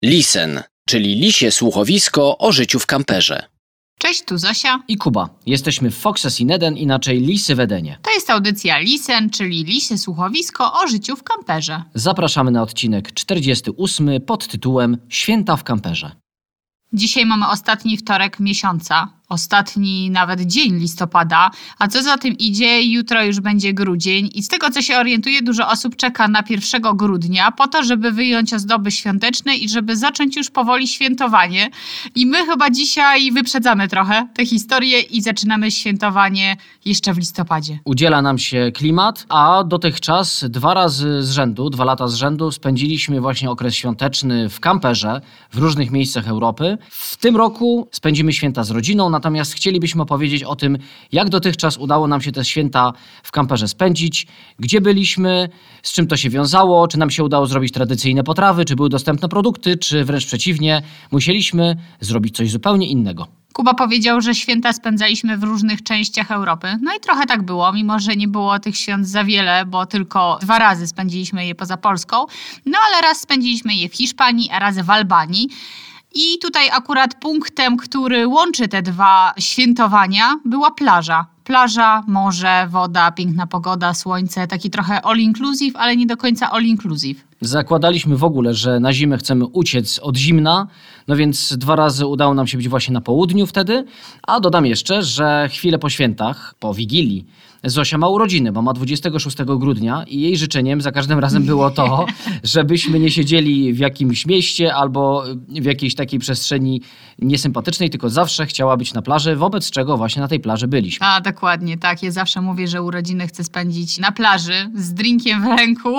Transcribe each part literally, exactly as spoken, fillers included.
Listen, czyli lisie słuchowisko o życiu w kamperze. Cześć, tu Zosia. I Kuba. Jesteśmy w Foxes in Eden, inaczej Lisy w Edenie. To jest audycja Listen, czyli lisie słuchowisko o życiu w kamperze. Zapraszamy na odcinek czterdziesty ósmy pod tytułem Święta w kamperze. Dzisiaj mamy ostatni wtorek miesiąca, ostatni nawet dzień listopada, a co za tym idzie, jutro już będzie grudzień i z tego co się orientuję, dużo osób czeka na pierwszego grudnia po to, żeby wyjąć ozdoby świąteczne i żeby zacząć już powoli świętowanie. I my chyba dzisiaj wyprzedzamy trochę tę historię i zaczynamy świętowanie jeszcze w listopadzie. Udziela nam się klimat, a dotychczas dwa razy z rzędu, dwa lata z rzędu spędziliśmy właśnie okres świąteczny w kamperze w różnych miejscach Europy. W tym roku spędzimy święta z rodziną, natomiast chcielibyśmy opowiedzieć o tym, jak dotychczas udało nam się te święta w kamperze spędzić, gdzie byliśmy, z czym to się wiązało, czy nam się udało zrobić tradycyjne potrawy, czy były dostępne produkty, czy wręcz przeciwnie, musieliśmy zrobić coś zupełnie innego. Kuba powiedział, że święta spędzaliśmy w różnych częściach Europy. No i trochę tak było, mimo że nie było tych świąt za wiele, bo tylko dwa razy spędziliśmy je poza Polską. No ale raz spędziliśmy je w Hiszpanii, a raz w Albanii. I tutaj akurat punktem, który łączy te dwa świętowania, była plaża. Plaża, morze, woda, piękna pogoda, słońce, taki trochę all inclusive, ale nie do końca all inclusive. Zakładaliśmy w ogóle, że na zimę chcemy uciec od zimna, no więc dwa razy udało nam się być właśnie na południu wtedy, a dodam jeszcze, że chwilę po świętach, po Wigilii, Zosia ma urodziny, bo ma dwudziestego szóstego grudnia i jej życzeniem za każdym razem było to, żebyśmy nie siedzieli w jakimś mieście albo w jakiejś takiej przestrzeni niesympatycznej, tylko zawsze chciała być na plaży, wobec czego właśnie na tej plaży byliśmy. A, dokładnie, tak. Ja zawsze mówię, że urodziny chcę spędzić na plaży z drinkiem w ręku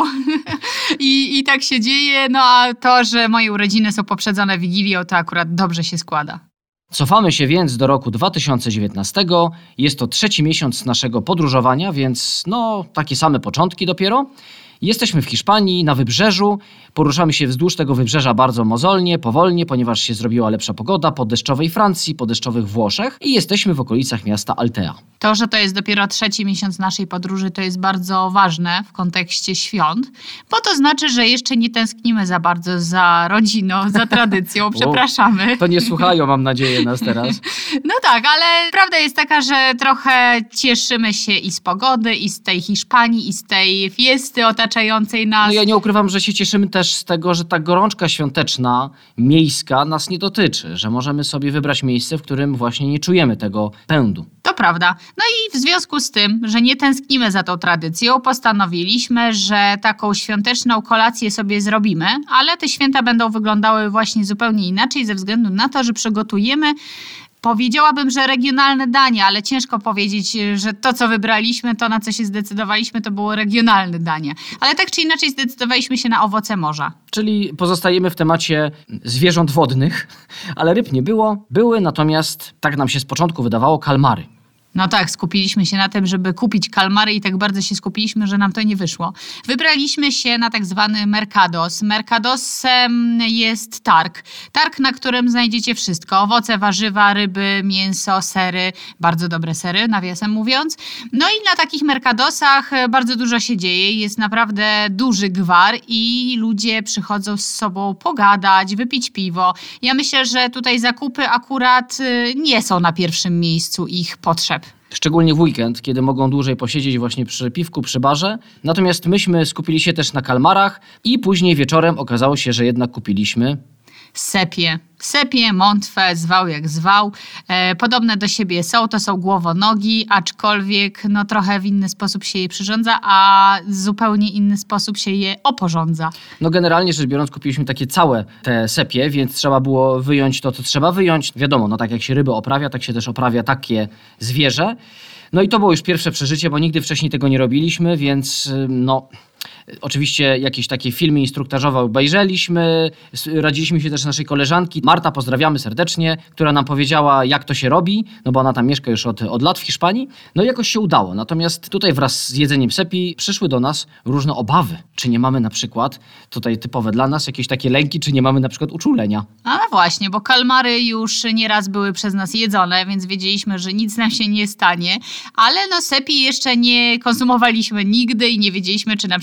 I, i tak się dzieje, no a to, że moje urodziny są poprzedzone Wigilią, to akurat dobrze się składa. Cofamy się więc do roku dwa tysiące dziewiętnastego. Jest to trzeci miesiąc naszego podróżowania, więc no takie same początki dopiero. Jesteśmy w Hiszpanii, na wybrzeżu. Poruszamy się wzdłuż tego wybrzeża bardzo mozolnie, powolnie, ponieważ się zrobiła lepsza pogoda po deszczowej Francji, po deszczowych Włoszech i jesteśmy w okolicach miasta Altea. To, że to jest dopiero trzeci miesiąc naszej podróży, to jest bardzo ważne w kontekście świąt, bo to znaczy, że jeszcze nie tęsknimy za bardzo za rodziną, za tradycją. Przepraszamy. O, to nie słuchają, mam nadzieję, nas teraz. No tak, ale prawda jest taka, że trochę cieszymy się i z pogody, i z tej Hiszpanii, i z tej fiesty otaczającej nas. No ja nie ukrywam, że się cieszymy też z tego, że ta gorączka świąteczna, miejska nas nie dotyczy, że możemy sobie wybrać miejsce, w którym właśnie nie czujemy tego pędu. To prawda. No i w związku z tym, że nie tęsknimy za tą tradycją, postanowiliśmy, że taką świąteczną kolację sobie zrobimy, ale te święta będą wyglądały właśnie zupełnie inaczej ze względu na to, że przygotujemy, powiedziałabym, że regionalne dania, ale ciężko powiedzieć, że to, co wybraliśmy, to na co się zdecydowaliśmy, to było regionalne danie. Ale tak czy inaczej zdecydowaliśmy się na owoce morza. Czyli pozostajemy w temacie zwierząt wodnych, ale ryb nie było. Były natomiast, tak nam się z początku wydawało, kalmary. No tak, skupiliśmy się na tym, żeby kupić kalmary i tak bardzo się skupiliśmy, że nam to nie wyszło. Wybraliśmy się na tak zwany Mercados. Mercadosem jest targ. Targ, na którym znajdziecie wszystko. Owoce, warzywa, ryby, mięso, sery. Bardzo dobre sery, nawiasem mówiąc. No i na takich Mercadosach bardzo dużo się dzieje. Jest naprawdę duży gwar i ludzie przychodzą z sobą pogadać, wypić piwo. Ja myślę, że tutaj zakupy akurat nie są na pierwszym miejscu ich potrzeb. Szczególnie w weekend, kiedy mogą dłużej posiedzieć właśnie przy piwku, przy barze. Natomiast myśmy skupili się też na kalmarach i później wieczorem okazało się, że jednak kupiliśmy sepie. Sepie, mątwę, zwał jak zwał. E, podobne do siebie są, to są głowonogi, aczkolwiek no trochę w inny sposób się je przyrządza, a zupełnie inny sposób się je oporządza. No generalnie rzecz biorąc kupiliśmy takie całe te sepie, więc trzeba było wyjąć to, co trzeba wyjąć. Wiadomo, no tak jak się ryby oprawia, tak się też oprawia takie zwierzę. No i to było już pierwsze przeżycie, bo nigdy wcześniej tego nie robiliśmy, więc no... Oczywiście jakieś takie filmy instruktażowe obejrzeliśmy, radziliśmy się też naszej koleżanki. Marta, pozdrawiamy serdecznie, która nam powiedziała, jak to się robi, no bo ona tam mieszka już od, od lat w Hiszpanii. No i jakoś się udało. Natomiast tutaj wraz z jedzeniem sepi przyszły do nas różne obawy. Czy nie mamy na przykład, tutaj typowe dla nas, jakieś takie lęki, czy nie mamy na przykład uczulenia. A właśnie, bo kalmary już nieraz były przez nas jedzone, więc wiedzieliśmy, że nic nam się nie stanie. Ale no sepi jeszcze nie konsumowaliśmy nigdy i nie wiedzieliśmy, czy na przykład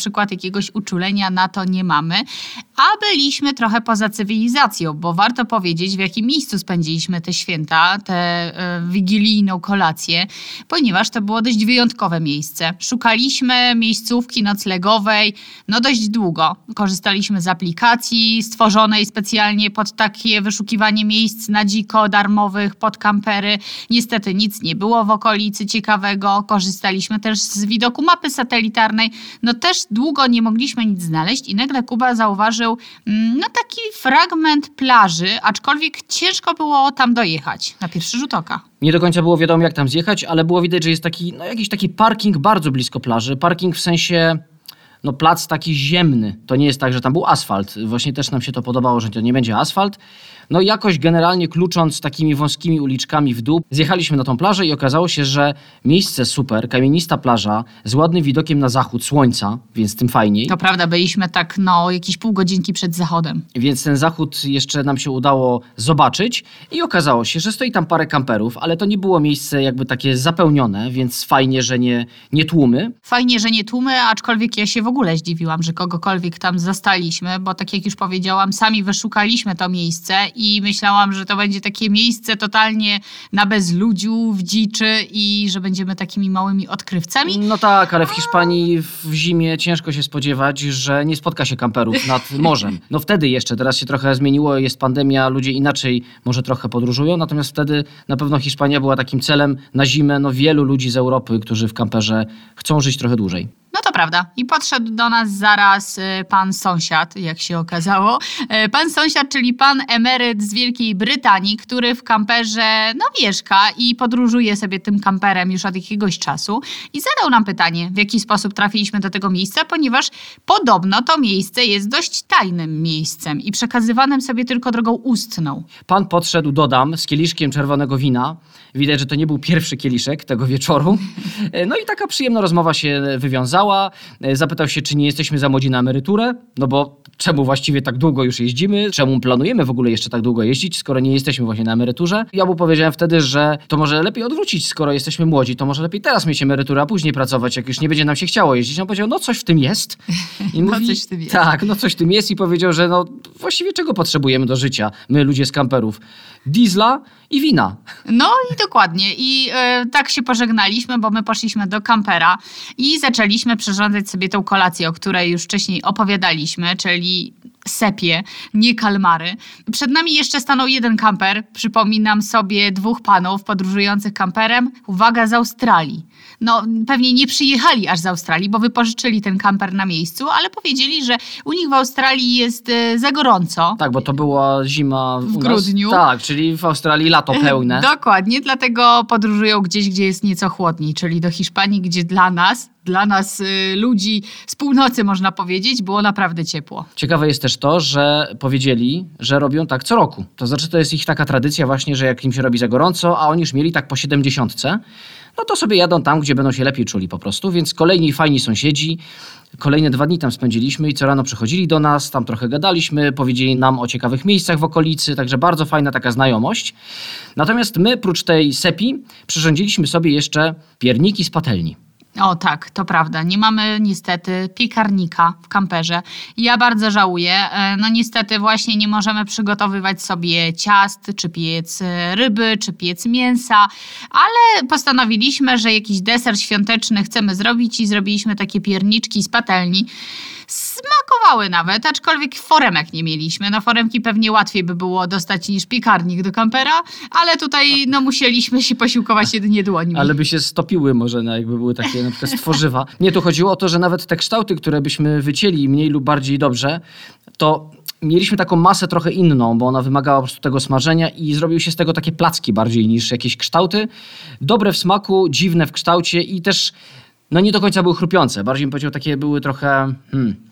przykład jakiegoś uczulenia na to nie mamy, a byliśmy trochę poza cywilizacją, bo warto powiedzieć, w jakim miejscu spędziliśmy te święta, tę y, wigilijną kolację, ponieważ to było dość wyjątkowe miejsce. Szukaliśmy miejscówki noclegowej no dość długo. Korzystaliśmy z aplikacji stworzonej specjalnie pod takie wyszukiwanie miejsc na dziko, darmowych, pod kampery. Niestety nic nie było w okolicy ciekawego. Korzystaliśmy też z widoku mapy satelitarnej. No też długo nie mogliśmy nic znaleźć i nagle Kuba zauważył no taki fragment plaży, aczkolwiek ciężko było tam dojechać na pierwszy rzut oka. Nie do końca było wiadomo, jak tam zjechać, ale było widać, że jest taki, no jakiś taki parking bardzo blisko plaży. Parking w sensie, no plac taki ziemny. To nie jest tak, że tam był asfalt. Właśnie też nam się to podobało, że to nie będzie asfalt. No i jakoś generalnie klucząc takimi wąskimi uliczkami w dół, zjechaliśmy na tą plażę i okazało się, że miejsce super, kamienista plaża z ładnym widokiem na zachód słońca, więc tym fajniej. To prawda, byliśmy tak no jakieś pół godzinki przed zachodem. Więc ten zachód jeszcze nam się udało zobaczyć i okazało się, że stoi tam parę kamperów, ale to nie było miejsce jakby takie zapełnione, więc fajnie, że nie, nie tłumy. Fajnie, że nie tłumy, aczkolwiek ja się w ogóle zdziwiłam, że kogokolwiek tam zastaliśmy, bo tak jak już powiedziałam, sami wyszukaliśmy to miejsce i myślałam, że to będzie takie miejsce totalnie na bezludziu, w dziczy i że będziemy takimi małymi odkrywcami. No tak, ale w Hiszpanii w zimie ciężko się spodziewać, że nie spotka się kamperów nad morzem. No wtedy jeszcze, teraz się trochę zmieniło, jest pandemia, ludzie inaczej może trochę podróżują, natomiast wtedy na pewno Hiszpania była takim celem na zimę no wielu ludzi z Europy, którzy w kamperze chcą żyć trochę dłużej. No to prawda. I podszedł do nas zaraz y, pan sąsiad, jak się okazało. Y, pan sąsiad, czyli pan emeryt z Wielkiej Brytanii, który w kamperze no mieszka i podróżuje sobie tym kamperem już od jakiegoś czasu. I zadał nam pytanie, w jaki sposób trafiliśmy do tego miejsca, ponieważ podobno to miejsce jest dość tajnym miejscem i przekazywanym sobie tylko drogą ustną. Pan podszedł do dam z kieliszkiem czerwonego wina. Widać, że to nie był pierwszy kieliszek tego wieczoru. No i taka przyjemna rozmowa się wywiązała. Zapytał się, czy nie jesteśmy za młodzi na emeryturę, no bo czemu właściwie tak długo już jeździmy, czemu planujemy w ogóle jeszcze tak długo jeździć, skoro nie jesteśmy właśnie na emeryturze. Ja mu powiedziałem wtedy, że to może lepiej odwrócić, skoro jesteśmy młodzi, to może lepiej teraz mieć emeryturę, a później pracować, jak już nie będzie nam się chciało jeździć. On powiedział, no coś w tym jest. I No mówi, coś w tym jest. Tak, no coś w tym jest i powiedział, że no właściwie czego potrzebujemy do życia, my ludzie z kamperów? Diesla i wina. No i dokładnie. I e, tak się pożegnaliśmy, bo my poszliśmy do kampera i zaczęliśmy przyrządzać sobie tą kolację, o której już wcześniej opowiadaliśmy, czyli sepie, nie kalmary. Przed nami jeszcze stanął jeden kamper. Przypominam sobie dwóch panów podróżujących kamperem. Uwaga, z Australii. No pewnie nie przyjechali aż z Australii, bo wypożyczyli ten kamper na miejscu, ale powiedzieli, że u nich w Australii jest e, za gorąco. Tak, bo to była zima W u grudniu. Nas. Tak, czyli w Australii lato pełne. Dokładnie, dlatego podróżują gdzieś, gdzie jest nieco chłodniej, czyli do Hiszpanii, gdzie dla nas, dla nas y, ludzi z północy można powiedzieć, było naprawdę ciepło. Ciekawe jest też to, że powiedzieli, że robią tak co roku. To znaczy to jest ich taka tradycja właśnie, że jak im się robi za gorąco, a oni już mieli tak po siedemdziesiątce, no to sobie jadą tam, gdzie będą się lepiej czuli po prostu, więc kolejni fajni sąsiedzi. Kolejne dwa dni tam spędziliśmy i co rano przychodzili do nas, tam trochę gadaliśmy, powiedzieli nam o ciekawych miejscach w okolicy, także bardzo fajna taka znajomość. Natomiast my, prócz tej sepi, przyrządziliśmy sobie jeszcze pierniki z patelni. O tak, to prawda. Nie mamy niestety piekarnika w kamperze. Ja bardzo żałuję. E, No niestety właśnie nie możemy przygotowywać sobie ciast, czy piec e, ryby, czy piec mięsa, ale postanowiliśmy, że jakiś deser świąteczny chcemy zrobić i zrobiliśmy takie pierniczki z patelni. Smakowały nawet, aczkolwiek foremek nie mieliśmy. No foremki pewnie łatwiej by było dostać niż piekarnik do kampera, ale tutaj no musieliśmy się posiłkować jedynie dłońmi. Ale by się stopiły może, no, jakby były takie na przykład stworzywa. Nie, tu chodziło o to, że nawet te kształty, które byśmy wycięli mniej lub bardziej dobrze, to mieliśmy taką masę trochę inną, bo ona wymagała po prostu tego smażenia i zrobiły się z tego takie placki bardziej niż jakieś kształty. Dobre w smaku, dziwne w kształcie i też no nie do końca były chrupiące. Bardziej bym powiedział, takie były trochę... Hmm,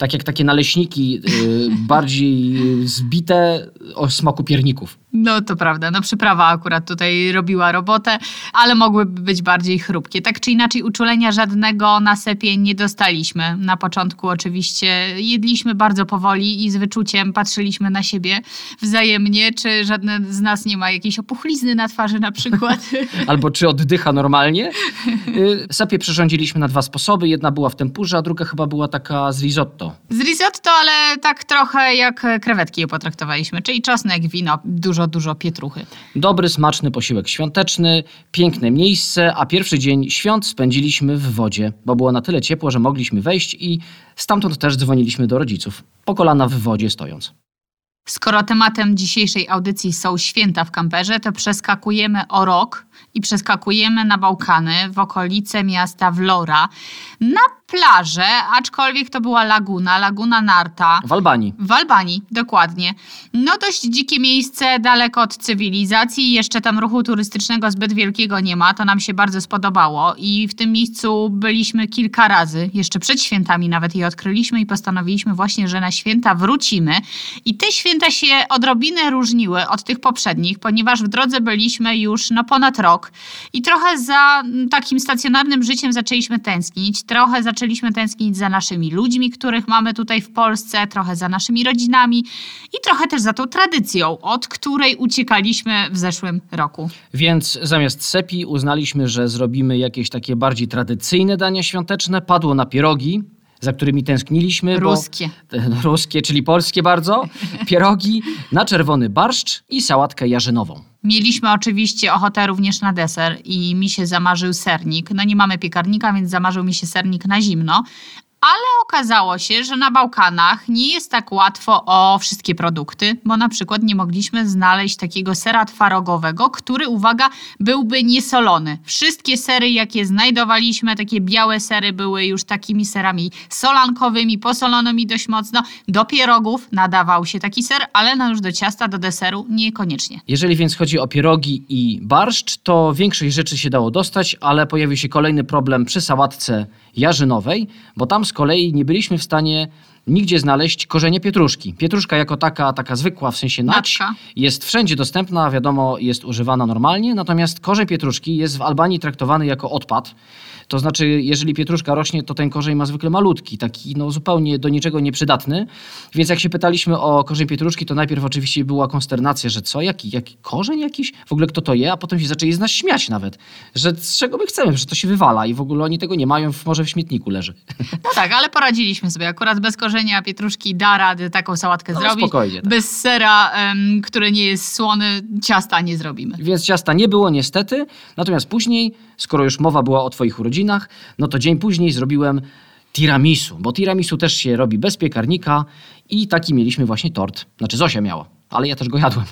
tak jak takie naleśniki, y, bardziej zbite o smaku pierników. No to prawda, no przyprawa akurat tutaj robiła robotę, ale mogłyby być bardziej chrupkie. Tak czy inaczej uczulenia żadnego na sepie nie dostaliśmy. Na początku oczywiście jedliśmy bardzo powoli i z wyczuciem patrzyliśmy na siebie wzajemnie, czy żadne z nas nie ma jakiejś opuchlizny na twarzy na przykład. Albo czy oddycha normalnie. Y, sepie przyrządziliśmy na dwa sposoby. Jedna była w tempurze, a druga chyba była taka z risotto. Z risotto, ale tak trochę jak krewetki je potraktowaliśmy, czyli czosnek, wino, dużo, dużo pietruchy. Dobry, smaczny posiłek świąteczny, piękne miejsce, a pierwszy dzień świąt spędziliśmy w wodzie, bo było na tyle ciepło, że mogliśmy wejść i stamtąd też dzwoniliśmy do rodziców, po kolana w wodzie stojąc. Skoro tematem dzisiejszej audycji są święta w kamperze, to przeskakujemy o rok i przeskakujemy na Bałkany, w okolice miasta Vlora, na plażę, aczkolwiek to była laguna, laguna Narta. W Albanii. W Albanii, dokładnie. No dość dzikie miejsce, daleko od cywilizacji, jeszcze tam ruchu turystycznego zbyt wielkiego nie ma, to nam się bardzo spodobało i w tym miejscu byliśmy kilka razy, jeszcze przed świętami nawet je odkryliśmy i postanowiliśmy właśnie, że na święta wrócimy i te święta się odrobinę różniły od tych poprzednich, ponieważ w drodze byliśmy już no ponad rok i trochę za takim stacjonarnym życiem zaczęliśmy tęsknić, trochę zaczęliśmy tęsknić za naszymi ludźmi, których mamy tutaj w Polsce, trochę za naszymi rodzinami i trochę też za tą tradycją, od której uciekaliśmy w zeszłym roku. Więc zamiast sepi uznaliśmy, że zrobimy jakieś takie bardziej tradycyjne dania świąteczne. Padło na pierogi, za którymi tęskniliśmy. Ruskie. Bo, no, ruskie, czyli polskie bardzo. Pierogi, na czerwony barszcz i sałatkę jarzynową. Mieliśmy oczywiście ochotę również na deser i mi się zamarzył sernik. No nie mamy piekarnika, więc zamarzył mi się sernik na zimno. Ale okazało się, że na Bałkanach nie jest tak łatwo o wszystkie produkty, bo na przykład nie mogliśmy znaleźć takiego sera twarogowego, który, uwaga, byłby niesolony. Wszystkie sery, jakie znajdowaliśmy, takie białe sery, były już takimi serami solankowymi, posolonymi dość mocno. Do pierogów nadawał się taki ser, ale no już do ciasta, do deseru niekoniecznie. Jeżeli więc chodzi o pierogi i barszcz, to większość rzeczy się dało dostać, ale pojawił się kolejny problem przy sałatce jarzynowej, bo tam z kolei nie byliśmy w stanie nigdzie znaleźć korzenia pietruszki. Pietruszka jako taka, taka zwykła, w sensie nać, Natka. jest wszędzie dostępna, wiadomo, jest używana normalnie, natomiast korzeń pietruszki jest w Albanii traktowany jako odpad. To znaczy, jeżeli pietruszka rośnie, to ten korzeń ma zwykle malutki, taki no zupełnie do niczego nieprzydatny. Więc jak się pytaliśmy o korzeń pietruszki, to najpierw oczywiście była konsternacja, że co, jaki, jaki korzeń jakiś? W ogóle kto to je? A potem się zaczęli z nas śmiać nawet, że z czego my chcemy, że to się wywala i w ogóle oni tego nie mają, może w śmietniku leży. No tak, ale poradziliśmy sobie. Akurat bez korzenia pietruszki da rady taką sałatkę No, zrobić. spokojnie, tak. Bez sera, em, który nie jest słony, ciasta nie zrobimy. Więc ciasta nie było niestety, natomiast później, skoro już mowa była o twoich urodzinach, no to dzień później zrobiłem tiramisu, bo tiramisu też się robi bez piekarnika i taki mieliśmy właśnie tort. Znaczy Zosia miała, ale ja też go jadłem.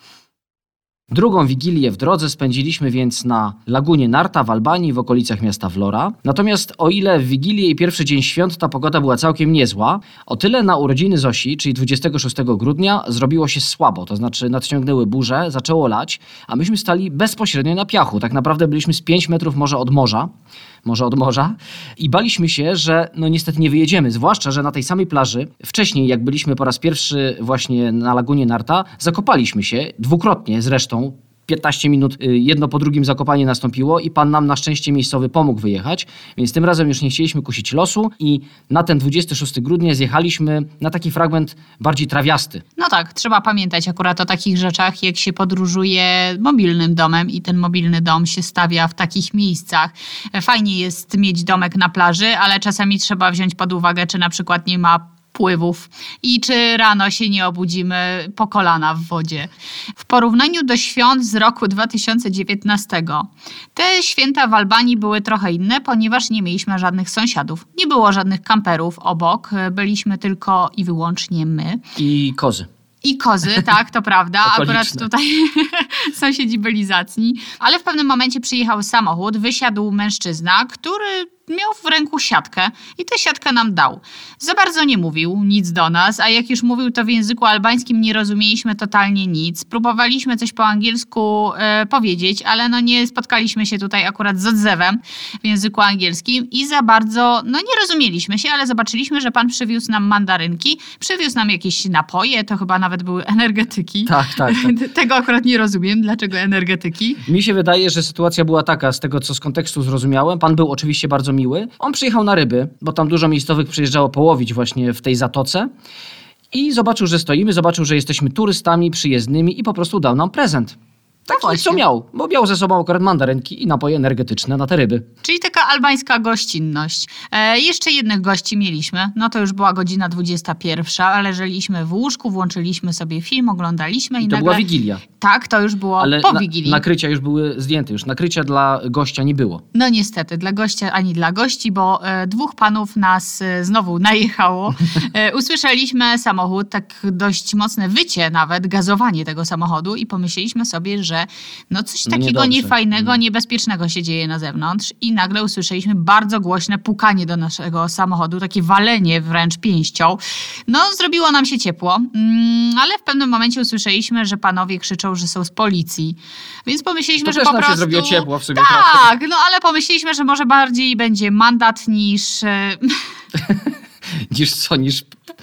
Drugą Wigilię w drodze spędziliśmy więc na lagunie Narta w Albanii w okolicach miasta Vlora. Natomiast o ile w Wigilię i pierwszy dzień świąt ta pogoda była całkiem niezła, o tyle na urodziny Zosi, czyli dwudziestego szóstego grudnia, zrobiło się słabo. To znaczy nadciągnęły burze, zaczęło lać, a myśmy stali bezpośrednio na piachu. Tak naprawdę byliśmy z pięć metrów może od morza. Może od morza i baliśmy się, że no niestety nie wyjedziemy, zwłaszcza, że na tej samej plaży wcześniej, jak byliśmy po raz pierwszy właśnie na lagunie Narta, zakopaliśmy się dwukrotnie zresztą. piętnaście minut jedno po drugim zakopanie nastąpiło i pan nam na szczęście miejscowy pomógł wyjechać, więc tym razem już nie chcieliśmy kusić losu i na ten dwudziestego szóstego grudnia zjechaliśmy na taki fragment bardziej trawiasty. No tak, trzeba pamiętać akurat o takich rzeczach, jak się podróżuje mobilnym domem i ten mobilny dom się stawia w takich miejscach. Fajnie jest mieć domek na plaży, ale czasami trzeba wziąć pod uwagę, czy na przykład nie ma pływów i czy rano się nie obudzimy po kolana w wodzie. W porównaniu do świąt z roku dwa tysiące dziewiętnastego te święta w Albanii były trochę inne, ponieważ nie mieliśmy żadnych sąsiadów. Nie było żadnych kamperów obok, byliśmy tylko i wyłącznie my. I kozy. I kozy, tak, to prawda. Akurat tutaj sąsiedzi byli zacni. Ale w pewnym momencie przyjechał samochód, wysiadł mężczyzna, który miał w ręku siatkę i tę siatkę nam dał. Za bardzo nie mówił nic do nas, a jak już mówił, to w języku albańskim nie rozumieliśmy totalnie nic. Próbowaliśmy coś po angielsku e, powiedzieć, ale no nie spotkaliśmy się tutaj akurat z odzewem w języku angielskim i za bardzo, no nie rozumieliśmy się, ale zobaczyliśmy, że pan przywiózł nam mandarynki, przywiózł nam jakieś napoje, to chyba nawet były energetyki. Tak, tak, tak. Tego akurat nie rozumiem, dlaczego energetyki. Mi się wydaje, że sytuacja była taka, z tego co z kontekstu zrozumiałem. Pan był oczywiście bardzo miły. On przyjechał na ryby, bo tam dużo miejscowych przyjeżdżało połowić właśnie w tej zatoce. I zobaczył, że stoimy, zobaczył, że jesteśmy turystami przyjezdnymi i po prostu dał nam prezent. Tak, właśnie. co miał, bo miał ze sobą akurat mandarynki i napoje energetyczne na te ryby. Czyli taka albańska gościnność. E, jeszcze jednych gości mieliśmy. No to już była godzina dwudziesta pierwsza, ale leżeliśmy w łóżku, włączyliśmy sobie film, oglądaliśmy i, I to nagle... była Wigilia. Tak, to już było Ale po na, Wigilii. nakrycia już były zdjęte, już nakrycia dla gościa nie było. No niestety, dla gościa ani dla gości, bo e, dwóch panów nas e, znowu najechało. E, usłyszeliśmy samochód, tak dość mocne wycie nawet, gazowanie tego samochodu i pomyśleliśmy sobie, że no coś No takiego niedobrze. niefajnego, Mm. niebezpiecznego się dzieje na zewnątrz i nagle usłyszeliśmy bardzo głośne pukanie do naszego samochodu, takie walenie wręcz pięścią. No zrobiło nam się ciepło, mm, ale w pewnym momencie usłyszeliśmy, że panowie krzyczą, że są z policji. Więc pomyśleliśmy, To że też po nam się prostu... zrobiło ciepło w sobie trochę. Tak, no ale pomyśleliśmy, że może bardziej będzie mandat niż, e, Niż co, niż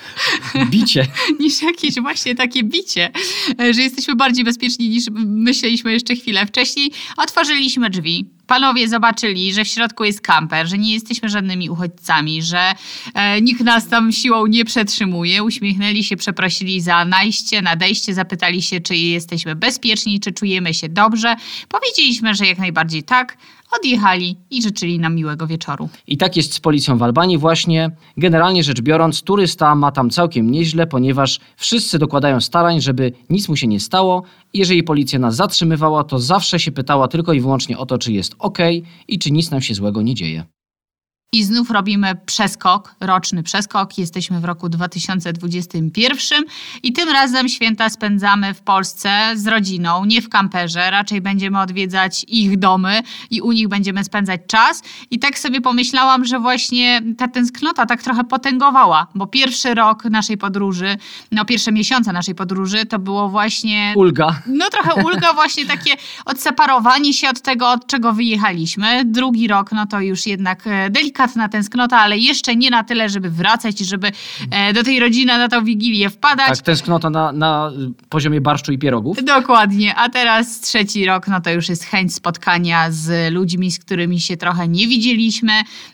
bicie. niż jakieś właśnie takie bicie, e, że jesteśmy bardziej bezpieczni niż myśleliśmy jeszcze chwilę wcześniej. Otworzyliśmy drzwi. Panowie zobaczyli, że w środku jest kamper, że nie jesteśmy żadnymi uchodźcami, że e, nikt nas tam siłą nie przetrzymuje. Uśmiechnęli się, przeprosili za najście, nadejście, zapytali się, czy jesteśmy bezpieczni, czy czujemy się dobrze. Powiedzieliśmy, że jak najbardziej tak. Odjechali i życzyli nam miłego wieczoru. I tak jest z policją w Albanii właśnie. Generalnie rzecz biorąc, turysta ma tam całkiem nieźle, ponieważ wszyscy dokładają starań, żeby nic mu się nie stało. Jeżeli policja nas zatrzymywała, to zawsze się pytała tylko i wyłącznie o to, czy jest ok i czy nic nam się złego nie dzieje. I znów robimy przeskok, roczny przeskok. Jesteśmy w roku dwa tysiące dwudziestym pierwszym i tym razem święta spędzamy w Polsce z rodziną, nie w kamperze. Raczej będziemy odwiedzać ich domy i u nich będziemy spędzać czas. I tak sobie pomyślałam, że właśnie ta tęsknota tak trochę potęgowała, bo pierwszy rok naszej podróży, no pierwsze miesiące naszej podróży to było właśnie... Ulga. No trochę ulga, właśnie takie odseparowanie się od tego, od czego wyjechaliśmy. Drugi rok, no to już jednak e, delikatna tęsknota, ale jeszcze nie na tyle, żeby wracać i żeby e, do tej rodziny na tą Wigilię wpadać. Tak, tęsknota na, na poziomie barszczu i pierogów. Dokładnie, a teraz trzeci rok, no to już jest chęć spotkania z ludźmi, z którymi się trochę nie widzieliśmy.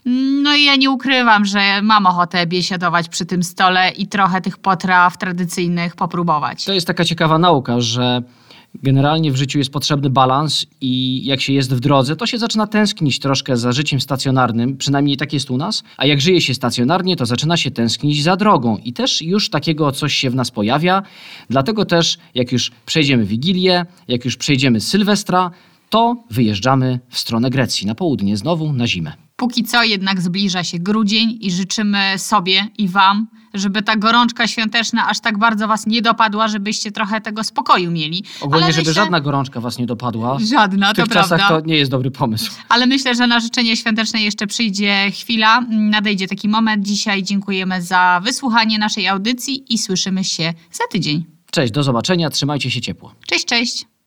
No i ja nie ukrywam, że mam ochotę biesiadować przy tym stole i trochę tych potraw tradycyjnych popróbować. To jest taka ciekawa nauka, że generalnie w życiu jest potrzebny balans i jak się jest w drodze, to się zaczyna tęsknić troszkę za życiem stacjonarnym, przynajmniej tak jest u nas, a jak żyje się stacjonarnie, to zaczyna się tęsknić za drogą i też już takiego coś się w nas pojawia, dlatego też jak już przejdziemy Wigilię, jak już przejdziemy Sylwestra, to wyjeżdżamy w stronę Grecji, na południe, znowu na zimę. Póki co jednak zbliża się grudzień i życzymy sobie i wam, żeby ta gorączka świąteczna aż tak bardzo was nie dopadła, żebyście trochę tego spokoju mieli. Ogólnie, Ale żeby myślę, żadna gorączka was nie dopadła. Żadna, W tych to czasach prawda. to nie jest dobry pomysł. Ale myślę, że na życzenie świąteczne jeszcze przyjdzie chwila, nadejdzie taki moment. Dzisiaj dziękujemy za wysłuchanie naszej audycji i słyszymy się za tydzień. Cześć, do zobaczenia, trzymajcie się ciepło. Cześć, cześć!